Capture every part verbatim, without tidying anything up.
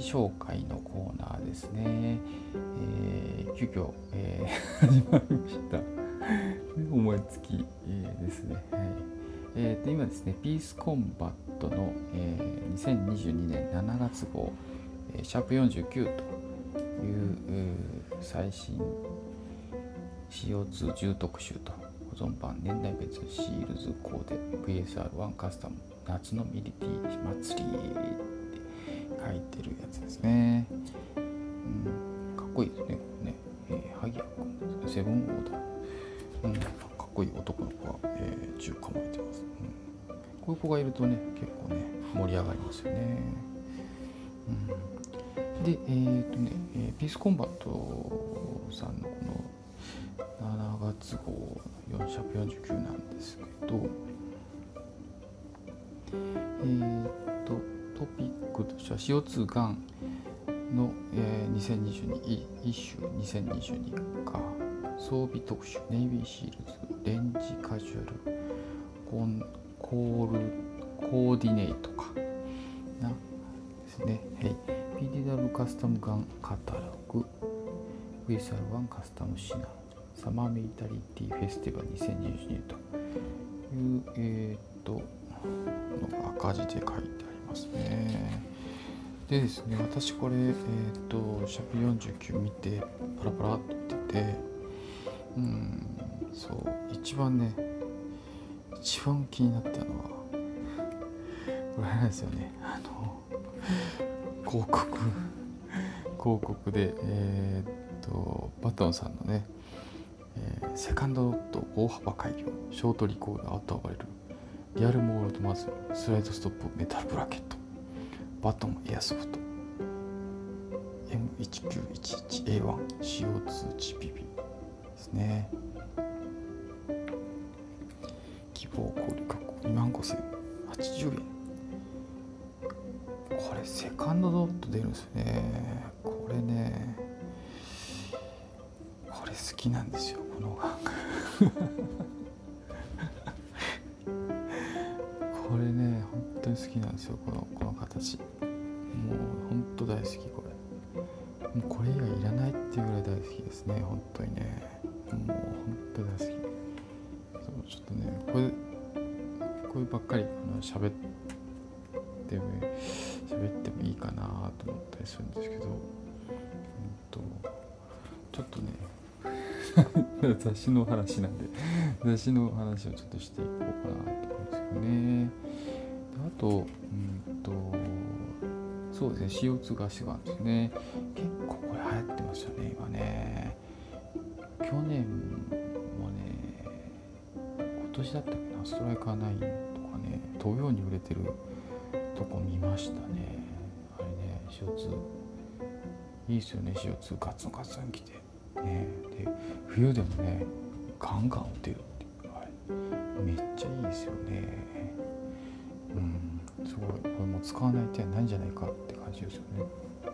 紹介のコーナーですね。えー、急遽、えー、始まりました。思いつき、えー、ですね。はい。えー、と今ですね、ピースコンバットの、えー、にせんにじゅうにねんしちがつ号、えー、シャープよんじゅうきゅうという、えー、最新 シーオーツー 重特集と保存版年代別シールズコーデ ブイエスアールワン カスタム夏のミリティ祭りって書いてるやつですね。うん、かっこいいですね。これね、えー、萩谷君ですね、セブンオーダー、うん、かっこいい男の子が、えー、銃構えてます、うん。こういう子がいるとね、結構ね盛り上がりますよね。うん、で、えーとね、えー、ピースコンバットさんのこのしちがつ号よんシャープよんじゅうきゅうなんですけど、えーとトピックとしては シーオーツー ガンの、えー、にせんにじゅうにイッシュにせんにじゅうにか装備特集ネイビーシールズレンジカジュアルコンコールコーディネートかなですね。はい、ピーディーダブリュー カスタムガンカタログ ブイエスアールワン カスタムシナサマーミリタリティフェスティバルにせんにじゅうにという、えー、との赤字で書いてありますね。でですね、私これ、えー、とシャープよんじゅうきゅう見てパラパラっと見てて、うん、そう一番ね一番気になったのはこれなんですよね。あの広告広告でえっ、とバトンさんのね、えー、セカンドロット大幅改良ショートリコーダーと呼ばれるリアルモールドマズルスライドストップメタルブラケットバトンエアソフト エムいちきゅういちいちエーワン シーオーツー ジーピービー ですね。希望小売価格にまんごせんはちじゅうえん。これセカンドロット出るんですよね。これねこれ好きなんですよこのガンこれね本当に好きなんですよこのこの形。もう本当大好きこれ。もうこれ以外いらないっていうぐらい大好きですね本当にね。もう本当に大好き。そうちょっとねこれこればっかり喋っても喋ってもいいかなと思ったりするんですけど、うんとちょっとね雑誌の話なんで雑誌の話をちょっとしていこうかなと思うんですよね。あと、うんとそうですね シーオーツー ガスガンですね。結構これ流行ってますよね今ね。去年もね今年だったっけなストライカーナインとかね同様に売れてるとこ見ましたね。あれね シーオーツー いいですよね。 シーオーツー ガツンガツン来てね、で冬でもねガンガン打てるっていう、はい、めっちゃいいですよね。うんすごいこれもう使わない手はないんじゃないかって感じですよね。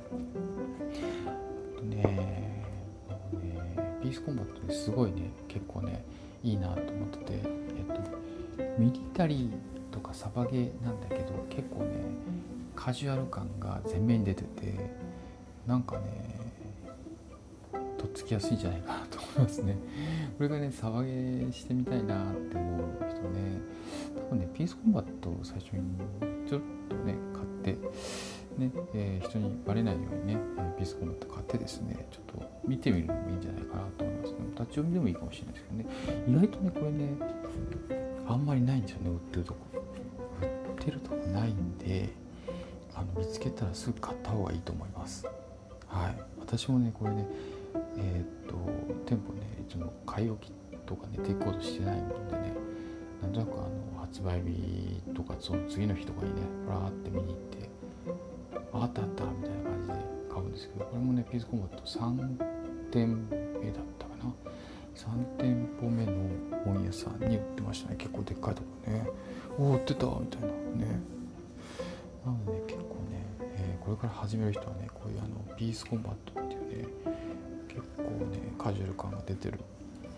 あとねもうねピースコンバットですごいね結構ねいいなと思ってて、えっとミリタリーとかサバゲーなんだけど結構ねカジュアル感が前面に出ててなんかねとっつきやすいんじゃないかなと思いますね。これがねサバゲーしてみたいなって思う人ね多分ねピースコンバットを最初にちょっとね買ってね、えー、人にバレないようにねピースコンバット買ってですねちょっと見てみるのもいいんじゃないかなと思いますね。立ち読みでもいいかもしれないですけどね。意外とねこれねあんまりないんですよね売ってるとこ売ってるとこないんであの見つけたらすぐ買った方がいいと思います。はい、私もねこれねえー、っと店舗ねいつも買い置きとかねテイクアウトしてないのでねなんとなくあの発売日とかその次の日とかにねバーって見に行ってあったあったみたいな感じで買うんですけどこれもねピースコンバットさんてんめだったかなさん店舗目の本屋さんに売ってましたね。結構でっかいところねおお売ってたみたいなね。なのでね結構ね、えー、これから始める人はねこういうあのピースコンバットっていうね結構ねカジュアル感が出てる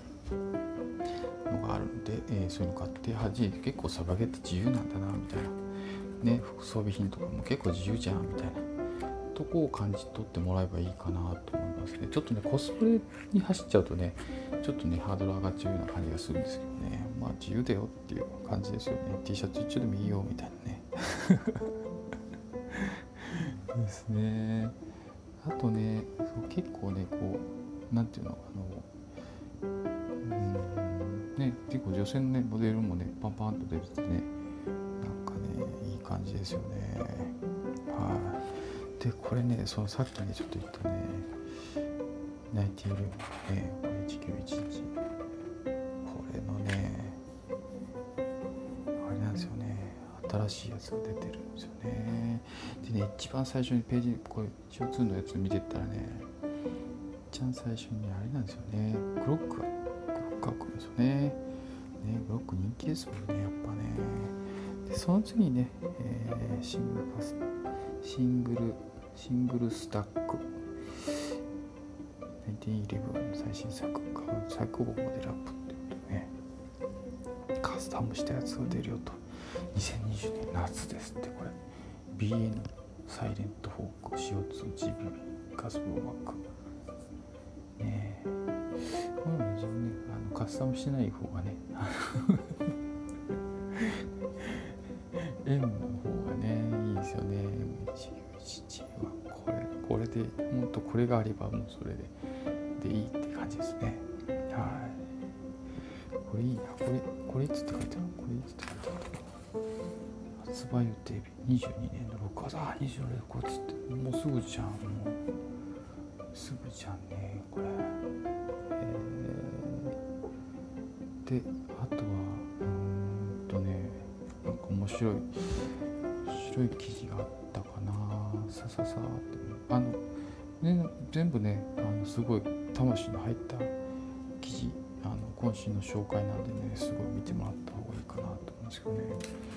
のがあるので、えー、そういうの買って初めて結構サバゲって自由なんだなみたいなね装備品とかも結構自由じゃんみたいなとこを感じ取ってもらえばいいかなと思いますね。ちょっとねコスプレに走っちゃうとねちょっとねハードル上がっちゃうような感じがするんですけどね、まあ自由だよっていう感じですよね。 T シャツ一丁でもいいよみたいなねですね。あとねそう結構ねこうなんていうのあのうんね結構女性のねモデルもねパンパンと出ててねなんかねいい感じですよね。はい。でこれねそのさっきねちょっと言ったねナイティエールねこれいちきゅういちいちこれのねあれなんですよね新しいやつが出てるんですよね。でね一番最初にページこれ シーオーツー のやつ見てったらね一番最初にあれなんですよねグロックグロックが来るんですよね。ねグロック人気ですもんねやっぱね。でその次にね、えー、シングルカスシングルシングルスタックナインティーンイレブンの最新作が最高峰モデルアップってことでねカスタムしたやつが出るよとにせんにじゅうねん夏ですってこれ ビーエヌ サイレントフォーク シーオーツージービービー ガスブローバックねえこれも自分ねあのカスタムしてない方がね円の方がねいいですよね。いちきゅういちいちはこれこれでもっとこれがあればもうそれででいいって感じですね。はい。これいいなこれこれいつって書いてあるこれいつって書いてある発売予定日にじゅうにねんのろくがつあにじゅうろくがつってもうすぐじゃんもうすぐじゃんねこれ。えー、であとはうーんとねなんか面白い面白い記事があったかなさささってあの、ね、全部ねあのすごい魂の入った記事あの今週の紹介なんでねすごい見てもらった方がいいかなと思うんですけどね。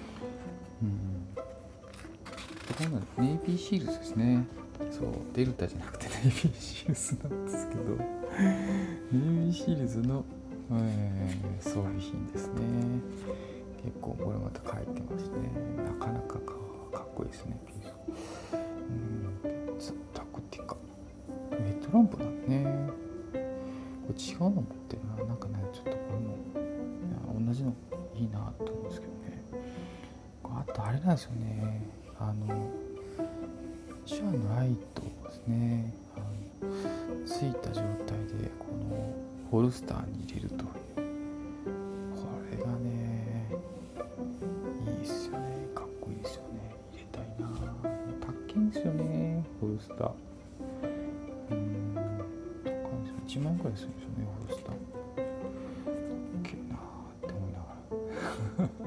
うんこれはネイビーシールズですね。そうデルタじゃなくてネイビーシールズなんですけどネイビーシールズの、えー、装備品ですね。結構これまた書いてますね。なかなか か, かっこいいですね。ピースうんタクティカメトランプなんね。これ違うの持ってるな。なんかねちょっとこれも同じのいいなと思うんですけどね。あとあれなんですよねあの手話のライトですねあのついた状態でこのホルスターに入れるとこれがねいいっすよねかっこいいですよね入れたいな高いんですよねホルスターうん高いんですよいちまん円くらいするんですよねホルスター高いなって思いながら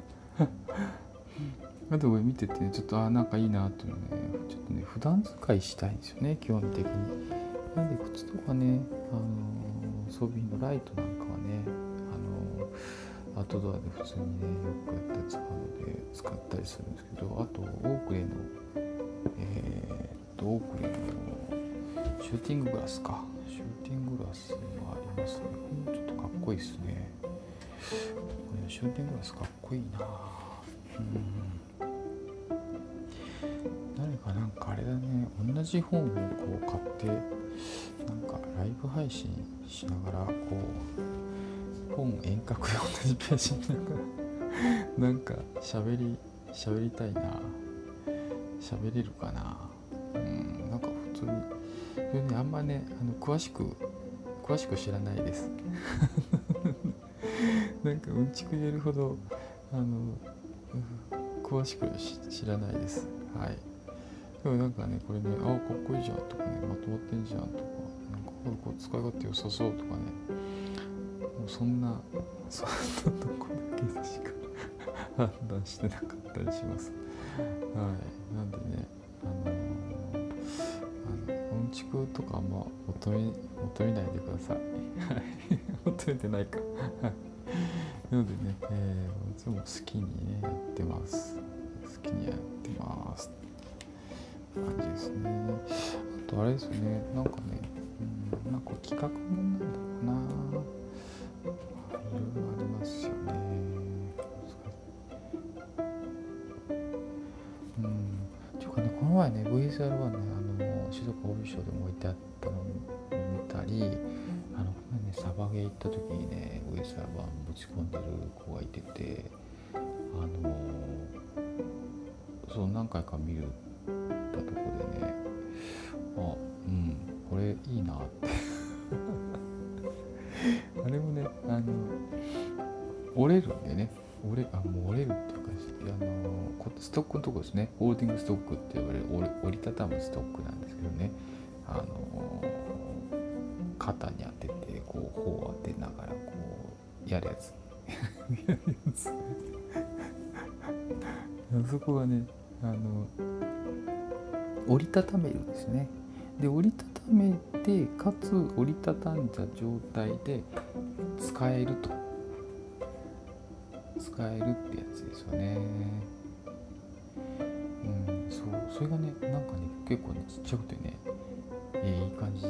あと上見ててねちょっとあなんかいいなっていうのねちょっとね普段使いしたいんですよね興味的に。なんで靴とかねあのー、装備品のライトなんかはねあのー、アウトドアで普通にねよくやって使うので使ったりするんですけどあとオークレーのえー、っとオークレーのシューティンググラスかシューティンググラスはありますね。ちょっとかっこいいですねこれシューティンググラスかっこいいなうん誰かなんかあれだね同じ本をこう買ってなんかライブ配信しながらこう本遠隔で同じページ見ながらなんか喋り喋りたいな喋れるかなうんなんか普通にそれねあんまねあの詳しく詳しく知らないですなんかうんちく言えるほどあの詳しく知らないです。はい。でもなんかねこれねあかっこいいじゃんとかねまとまってんじゃんとかなんかこう使い勝手良さそうとかねもうそんなそんなとこだけでしか判断してなかったりします。はい。なんでねあのー、あのうんちくとかあんま求め求めないでください。求めてないか。なのでね、えー、いつも好きにねやってます。好きにやってます。感じですね。あとあれですよね、なんかね、うん、なんか企画もなんだろうな、いろいろありますよね。うん、というかね、この前ね、ブイエスアールワン ね、あの静岡オービーショーでも置いてあったのを見たり、あのこのねサバゲー行った時にねウエストラバン持ち込んでる子がいてて、あのそう何回か見るたとこでね、あうんこれいいなってあれもねあの折れるんでね、折れあもう折れるっていうか、あのストックのとこですね、ホールディングストックって呼ばれる折り、折りたたむストックなんですけどね、あの肩に当ててこう頬を当てながらこうやるやつやるやつあそこはねあの折りたためるんですね。で折りたためてかつ折りたたんだ状態で使えると使えるってやつですよね。うん、そうそれがねなんかね結構ねちっちゃくてね、えー、いい感じだ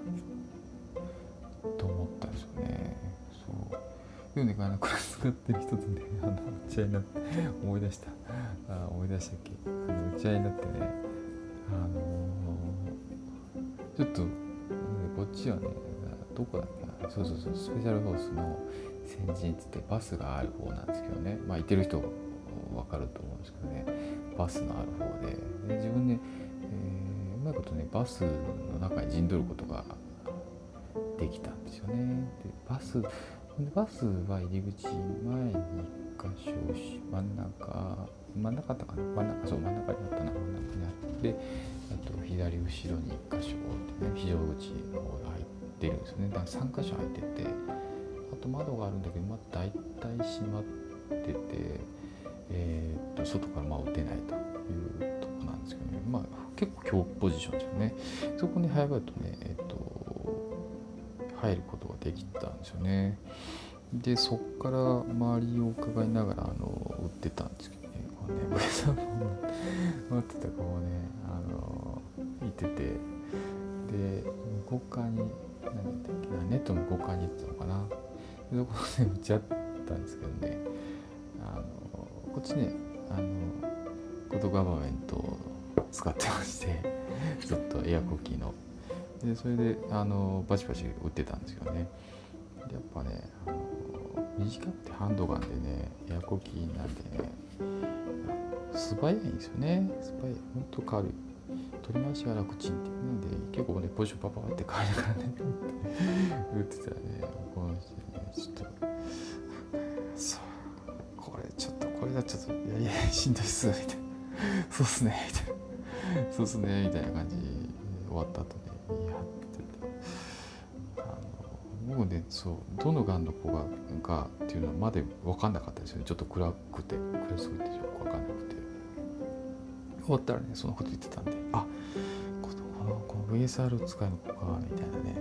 ったと思ったんですよね。そういうねあのこれ使ってる人とねあの打ち合いになって思い出したあ思い出したっけあの打ち合いになってね、あのー、ちょっと、ね、こっちはねどこだっけな、そうそうそうスペシャルフォースの先陣つってバスがある方なんですけどね、まあ行ってる人分かると思うんですけどね、バスのある方 で, で自分ね、えー、うまいことねバスの中に陣取ることができたんですよね。でバスバスは入り口前にいっか所真ん中真ん中あったかな真ん中そう真ん中にあったな真ん中にあって、あと左後ろにいっか所ってね非常口の方が入ってるんですよね。だからさんか所入ってて、あと窓があるんだけど、まあ、大体閉まってて、えー、っと外からまあ撃てないというとこなんですけどね、まあ結構強ポジションですよね。そこに早々とね、えー、っと入ることができたんですよね。でそっから周りを伺いながらあの撃ってたんですけどね、こうねブレザーボン撃ってた子もねあのいてて、で向こう側に何だったっけな、ネットの向こう側に行ってたのかな、でそこで撃ち合ったんですけどね、あのこっちねあのコードガバメントを使ってまして、ちょっとエアコキーのでそれであのバチバチ撃ってたんですけどね、でやっぱねあの短くてハンドガンでねエアコキーなんでね素早いんですよね。素早い、ほんと軽い、取り回しが楽ちんってなんで結構ねポジションパパって変えながらね打ってたらね、この人ねちょっとそうこれちょっとこれがちょっといやいやしんどいっすみたいなそうっすねみたいなそうっすねみたいな感じで終わった後ねいやってあの僕ねそうどのガンの子ががっていうのはまで分かんなかったですよね。ちょっと暗くて暗すぎてよく分かんなくて、終わったらねそのこと言ってたんで、あこのこのこの ブイエスアール 使いの子かみたいなね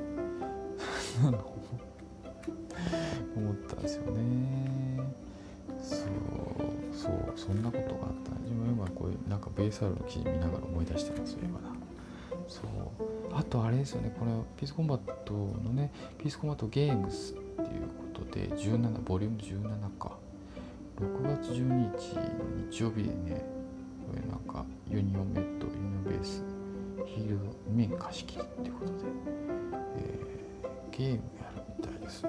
思ったんですよね。そうそうそんなことがあった自分今こういうなんか ブイエスアール の記事見ながら思い出したな、そういえばな。そうあとあれですよね、これピースコンバットのねピースコンバットゲームスっていうことでじゅうななボリュームじゅうななかろくがつじゅうににちの日曜日でね、これなんかユニオンメットユニオンベースヒールド面貸し切りっていうことで、えー、ゲームやるみたいですね。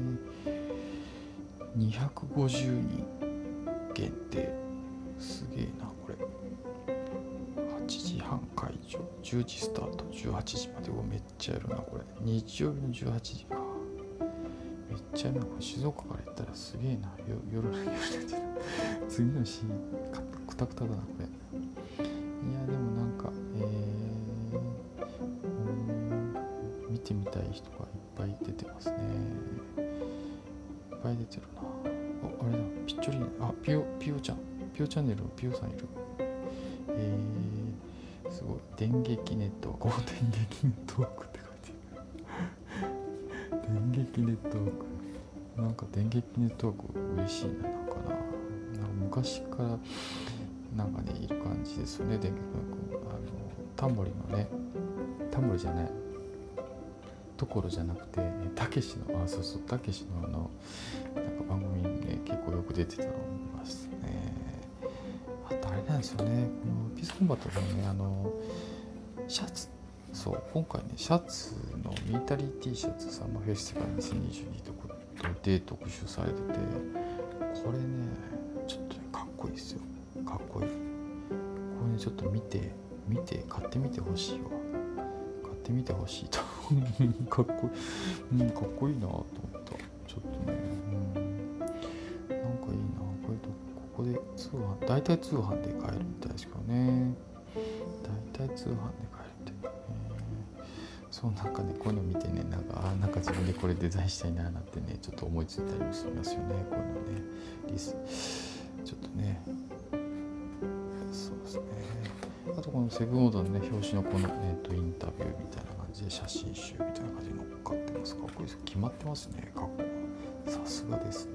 にひゃくごじゅうにん限定、すげえなこれ。はちじはん会場、じゅうじスタート、じゅうはちじまで。めっちゃやるなこれ。日曜日のじゅうはちじか、めっちゃやるなこれ。静岡から行ったらすげえな。よ夜夜次のシーンクタクタだなこれ。いやでもなんか、えー、見てみたい人がいっぱい出てますね。いっぱい出てるな。あ、あれだ、ピッチョリーナ、あ、ピオ、ピオちゃん、ピオチャンネルのピオさんいる。えー、すごい。電撃ネットワーク、電撃ネットワークって書いてる。電撃ネットワーク。なんか電撃ネットワーク嬉しいな、なんかな。なんか昔からなんかね、いる感じですよね、電撃ネットワーク。あの、タモリのね、タモリじゃない。ところじゃなくてたけしのあそうそうたけしのあのなんか番組にね結構よく出てたのを見ますね。あとあれなんですよね、このピースコンバットのねあのシャツそう今回ねシャツのミリタリー T シャツサマーフェスティバルにせんにじゅうにとことで特集されてて、これねちょっとねかっこいいですよ。かっこいい。これねちょっと見て見て買ってみてほしいわ。買ってみてほしいとかっこいい、うん、かっこいいなと思った。ちょっとね、うん、なんかいいな。これとここで通販、大体通販で買えるみたいですけどね。大体通販で買えるみたい。そうなんかねこういうの見てねなんかあなんか自分でこれデザインしたいななんてねちょっと思いついたりもしますよね。こういうのねリスちょっとねそうですね。あとこのセブンオーダーのね表紙のこの、えー、とインタビューみたいな感じで写真集みたいな感じで乗っかってます。かっこいいです。決まってますね。かっこさすがですね。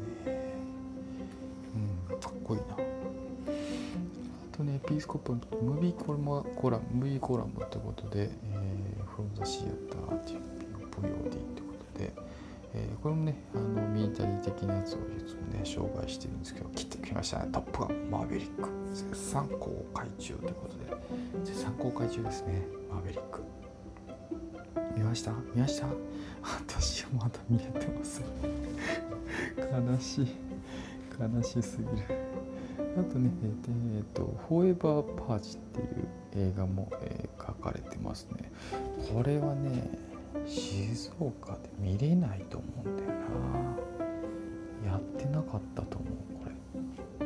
うんかっこいいな。あとねピースコップムービーコラムコラムムービーコラムということで、えー、From the Theater っていう ブイオーディー ということで、えー、これもねあのミリタリー的なやつをいつもね紹介してるんですけど、切ってきましたね。トップガンマーヴェリック絶賛公開中ということで、絶賛公開中ですね。マーヴェリック見ました見ました私はまだ見れてません悲しい悲しすぎる。あとね、えっと、フォーエバーパージっていう映画も、えー、書かれてますね。これはね、静岡で見れないと思うんだよな。やってなかったと思う、これ。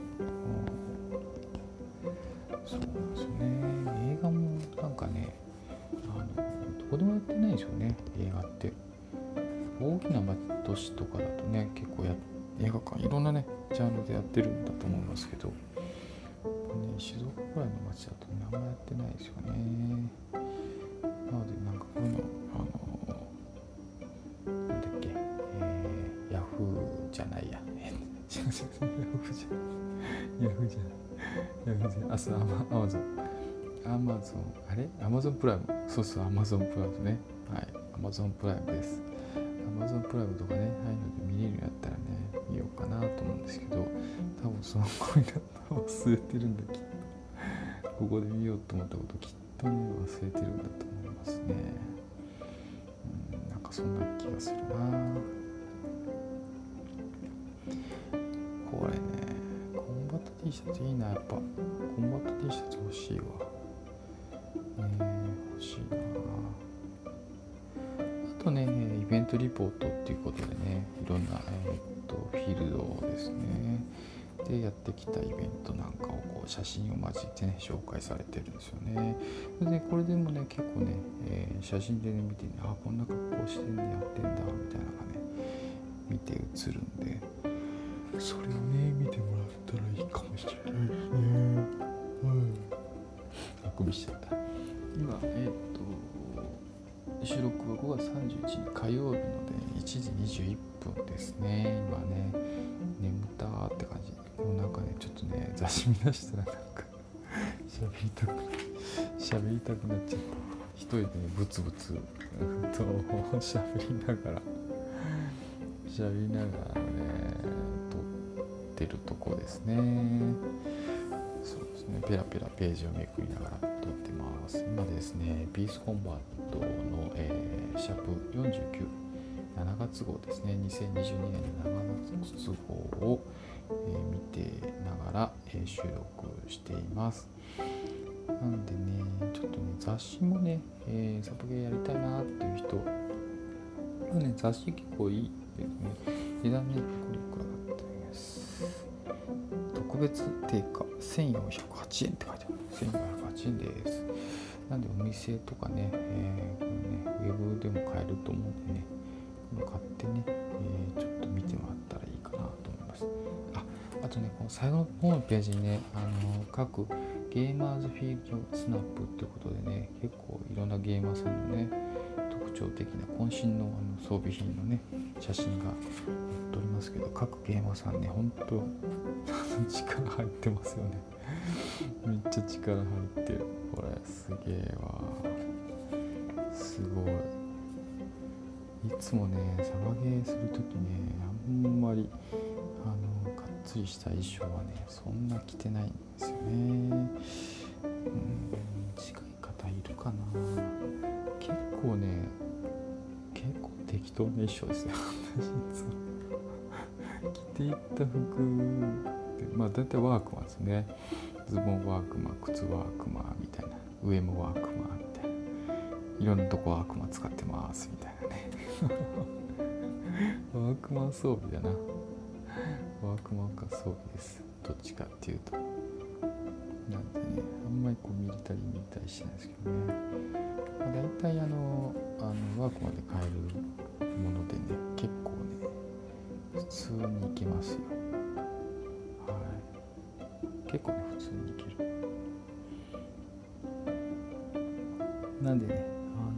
うん、そうなんですよね。映画もなんかね、あのどこでもやってないですよね、映画って。大きな都市とかだとね、結構や映画館いろんなねジャンルでやってるんだと思いますけど、ね、静岡くらいの街だとねあんまやってないですよね。なのでなんかこういうのあのなんだっけ、えー、ヤフーじゃないや違う違うヤフーじゃヤフーじゃヤフーじゃあそうアマゾンアマゾンあれアマゾンプライムそうそうアマゾンプライムねはいアマゾンプライムです。アマゾンプライムとかねああいうので見れるようになったらね見ようかなと思うんですけど、多分その声が忘れてるんだきっとここで見ようと思ったこときっとね忘れてるんだと思いますね。うんなんかそんな気がするな。これねコンバット T シャツいいな。やっぱコンバット T シャツ欲しいわ。えー、欲しいな。あとねイベントリポートっていうことでねいろんな、えー、とフィールドですねでやってきたイベントなんかをこう写真を交えてね紹介されてるんですよね。でこれでもね結構ね、えー、写真でね見てねあこんな格好してんでやってんだみたいなのがね見て映るんで、それをね見てもらったらいいかもしれないですね。うんあくびしちゃった。今えっ、と収録はごがつさんじゅういちにち火曜日のでいちじにじゅういっぷんですね。今ね眠たーって感じ。でもなんかねちょっとね雑誌見出したらなんか喋りたく喋りたくなっちゃった。一人でねブツブツと喋りながら喋りながらね撮ってるとこですね。そうですねペラペラページをめくりながら撮ってます。今ですねピースコンバットの、えー、シャープよんじゅうきゅう しちがつ号ですねにせんにじゅうにねんのしちがつ号を、えー、見てながら、えー、収録しています。なんでねちょっとね雑誌もね、えー、サブゲーやりたいなっていう人ね雑誌結構いいですね。値段ねいくらかってます。特別定価せんよんひゃくはちえんって書いてある。せんよんひゃくはちえんです。なんでお店とかね、えー、これねウェブでも買えると思うんでね、これ買ってね、えー、ちょっと見てもらったらいいかなと思います。あ、あとねこの最後の方のページにね、あのー、各ゲーマーズフィールドスナップってことでね、結構いろんなゲーマーさんのね特徴的な渾身のあの装備品のね写真が載っておりますけど、各ゲーマーさんねほんと力入ってますよね。めっちゃ力入ってる。これすげえわ。すごい。いつもねサバゲーするときねあんまりあのがっつりした衣装はねそんな着てないんですよね。うん、短い方いるとかな、結構ね結構適当な衣装ですね着ていった服で、まあ大体ワークマンですね。ズボンワークマン、靴ワークマンみたいな、上もワークマンみたいな、いろんなとこワークマン使ってますみたいなねワークマン装備だな。ワークマンか装備です、どっちかっていうと。なんでね、あんまりこうミリタリーミリタリーしてないですけどね、まあ、大体あのあのワークマンで買えるものでね、結構ね普通に行けますよ。はい、結構ね普通に行ける。なんでね、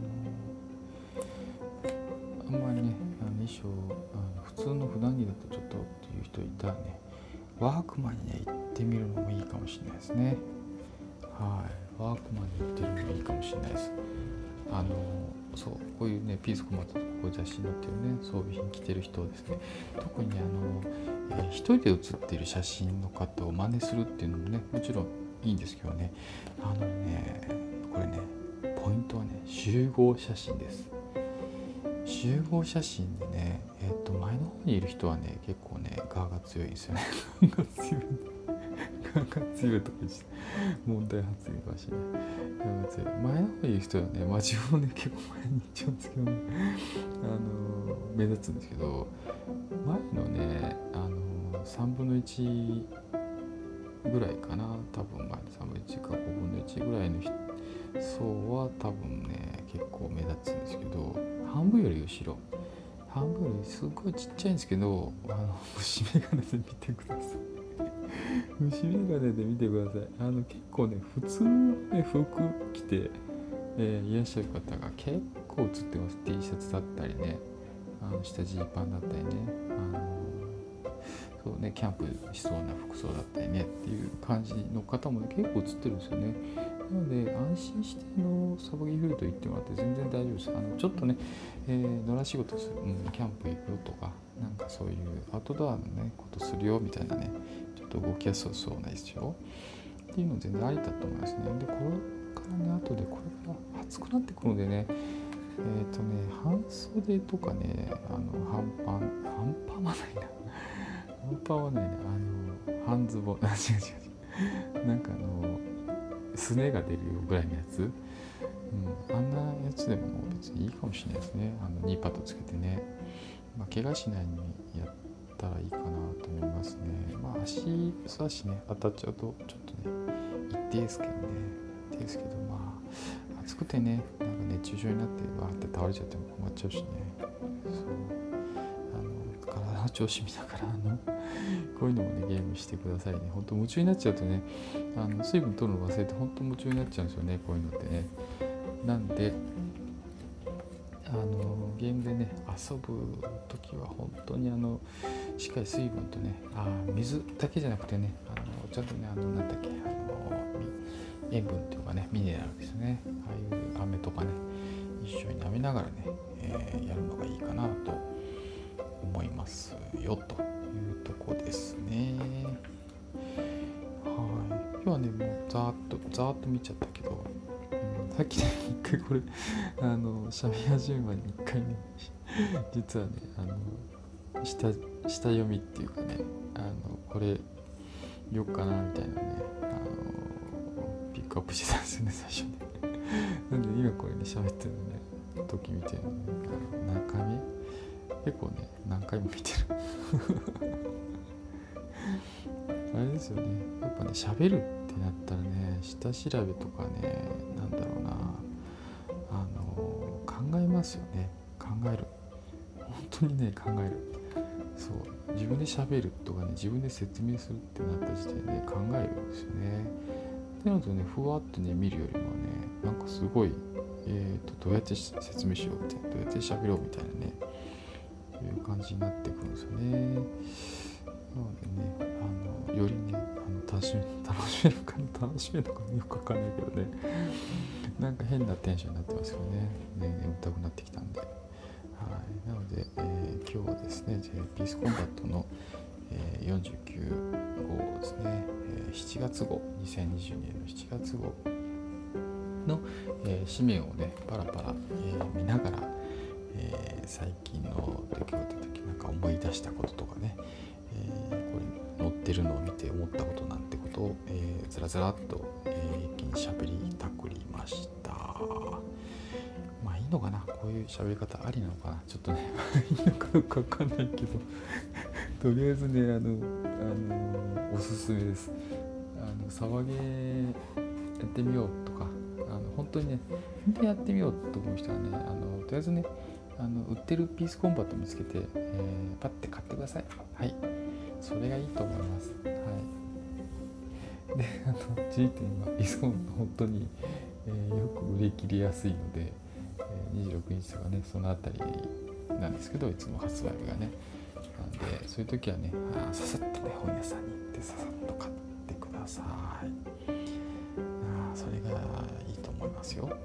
あのあんまりねあの衣装あの普通の普段着だとちょっとっていう人いたらね、ワークマンにね行ってみるのもいいかもしれないですね。はい、ワークマンに行ってるのもいいかもしれないです。あのそうこういうねピースコマとかこういう雑誌に載ってるね装備品着てる人をですね、特にあの、えー、一人で写っている写真の方を真似するっていうのもねもちろんいいんですけどね、あのねこれねポイントはね集合写真です。集合写真でね、えー、と前の方にいる人はね結構ねガーが強いんですよねガーが強いガーが強いとか言って問題発言かしね、ガーが強い前の方にいる人はね、まあ自分もね結構前に行っちゃうんですけどねあのー、目立つんですけど、前のねあのー、さんぶんのいちぐらいかな、多分前のさんぶんのいちかごぶんのいちぐらいの層は多分ね結構目立つんですけど、半分より後ろ、半分よりすごいちっちゃいんですけど、あの虫眼鏡で見てください虫眼鏡で見てください。あの結構ね普通の、ね、服着て、えー、いらっしゃる方が結構写ってます。 T シャツだったりね、あの下ジーパンだったりね、あのそうねキャンプしそうな服装だったりねっていう感じの方も、ね、結構写ってるんですよね。なので安心してのサバゲーフィールド行ってもらって全然大丈夫です。あのちょっとね、えー、野良仕事する、うん、キャンプ行くとか、なんかそういうアウトドアのねことするよみたいなね、ちょっと動きやすそうなですよっていうの全然ありだと思いますね。でこれからね後でこれから暑くなってくるのでね、えっ、ー、とね半袖とかね、あの半パン半パンはないな半パンはないね、あの半ズボン違う違う違うなんかあのすねが出るぐらいのやつ、うん、あんなやつでも別にいいかもしれないですね。あのニーパッドつけてね、まあ、怪我しないようにやったらいいかなと思いますね。まあ足素足ね当たっちゃうとちょっとね一定ですけどね一定ですけど、まあ暑くてねなんか熱中症になってわーって倒れちゃっても困っちゃうしね、そうあの体の調子見ながらあのこういうのもねゲームしてくださいね。本当夢中になっちゃうとね、あの水分取るの忘れて本当夢中になっちゃうんですよね、こういうのってね。なんであのゲームでね遊ぶ時は本当にあのしっかり水分とね、あ水だけじゃなくてね、あのちゃんとねあのなんだっけあの塩分っていうかねミネラルですね、ああいう飴とかね一緒に飲みながらね、えー、やるのがいいかなと思いますよというとこですね。はい、今日はねもうざーっとざーっと見ちゃったけど、うん、さっきね一回これあの喋り始める前に一回ね実はねあの下下読みっていうかね、あのこれよっかなみたいなね、あのピックアップしてたんですよね最初になんで今これね喋ってるのね時見てるのね、何回目結構ね何回も見てるあれですよね、やっぱね喋るってなったらね下調べとかね、なんだろうな、あの考えますよね。考える、本当にね考える。そう自分で喋るとかね自分で説明するってなった時点で考えるんですよね。なのでねふわっとね見るよりもねなんかすごい、えー、とどうやって説明しようってどうやって喋ろうみたいなねいう感じになってくるんですよね。なのでねあのよりねあの楽しめ楽しめるか楽しめるのかよくわかんないけどねなんか変なテンションになってますよね。ね眠たくなってきたんで、はい、なので、えー、今日はですねピースコンバットの、えー、よんじゅうきゅう号ですね、えー、しちがつ号にせんにじゅうにねんのしちがつ号の、えー、紙面をねパラパラ、えー、見ながら、えー、最近の出来事の時なんか思い出したこととかね、えー、これ載ってるのを見て思ったことなんてことを、えー、ずらずらっと、えー、一気に喋りたくりました。まあいいのかな、こういう喋り方ありなのかな、ちょっとねいいのかどうかわかんないけどとりあえずね、あの、あのおすすめです。あのサバゲーやってみようとか、あの本当にね、本当にやってみようと思う人はね、あのとりあえずね、あの売ってるピースコンバット見つけて、えー、パッて買ってください。はい、それがいいと思います。はい。で、あの注意点はピースコンバット本当に、えー、よく売れ切りやすいので、えー、にじゅうろくにちとかね、そのあたりなんですけど、いつも発売日がね。なんでそういう時はね、あささっとね本屋さんに行ってささっと買ってください。あそれがいいと思いますよ。はい。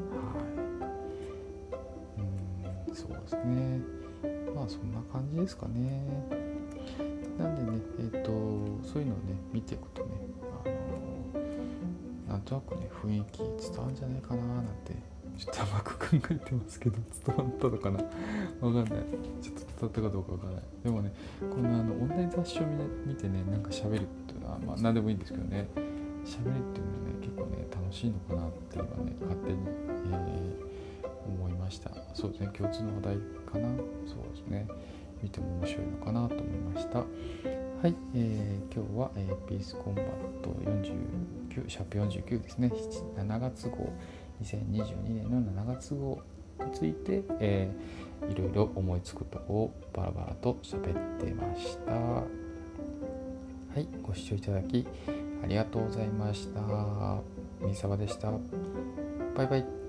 うん、そうですね。まあそんな感じですかね。なんでね、えっ、ー、とそういうのをね見ていくとね、あのなんとなくね雰囲気伝わるんじゃないかななんてちょっと甘く考えてますけど、伝わったのかなわかんない。ちょっと伝わったかどうかわかんない。でもね、このあのオンライン雑誌を見てね、なんか喋るっていうのは、まあ何でもいいんですけどね、喋るっていうのはね、結構ね、楽しいのかなって今ね、勝手に、えー、思いました。そうですね、共通の話題かな。そうですね、見ても面白いのかなと思いました。はい、えー、今日は、えー、ピースコンバットよんじゅうきゅう、シャープよんじゅうきゅうですね、しちがつ号、にせんにじゅうにねんのしちがつ号について、えー、いろいろ思いつくところをバラバラと喋ってました。はい、ご視聴いただきありがとうございました。みさばでした。バイバイ。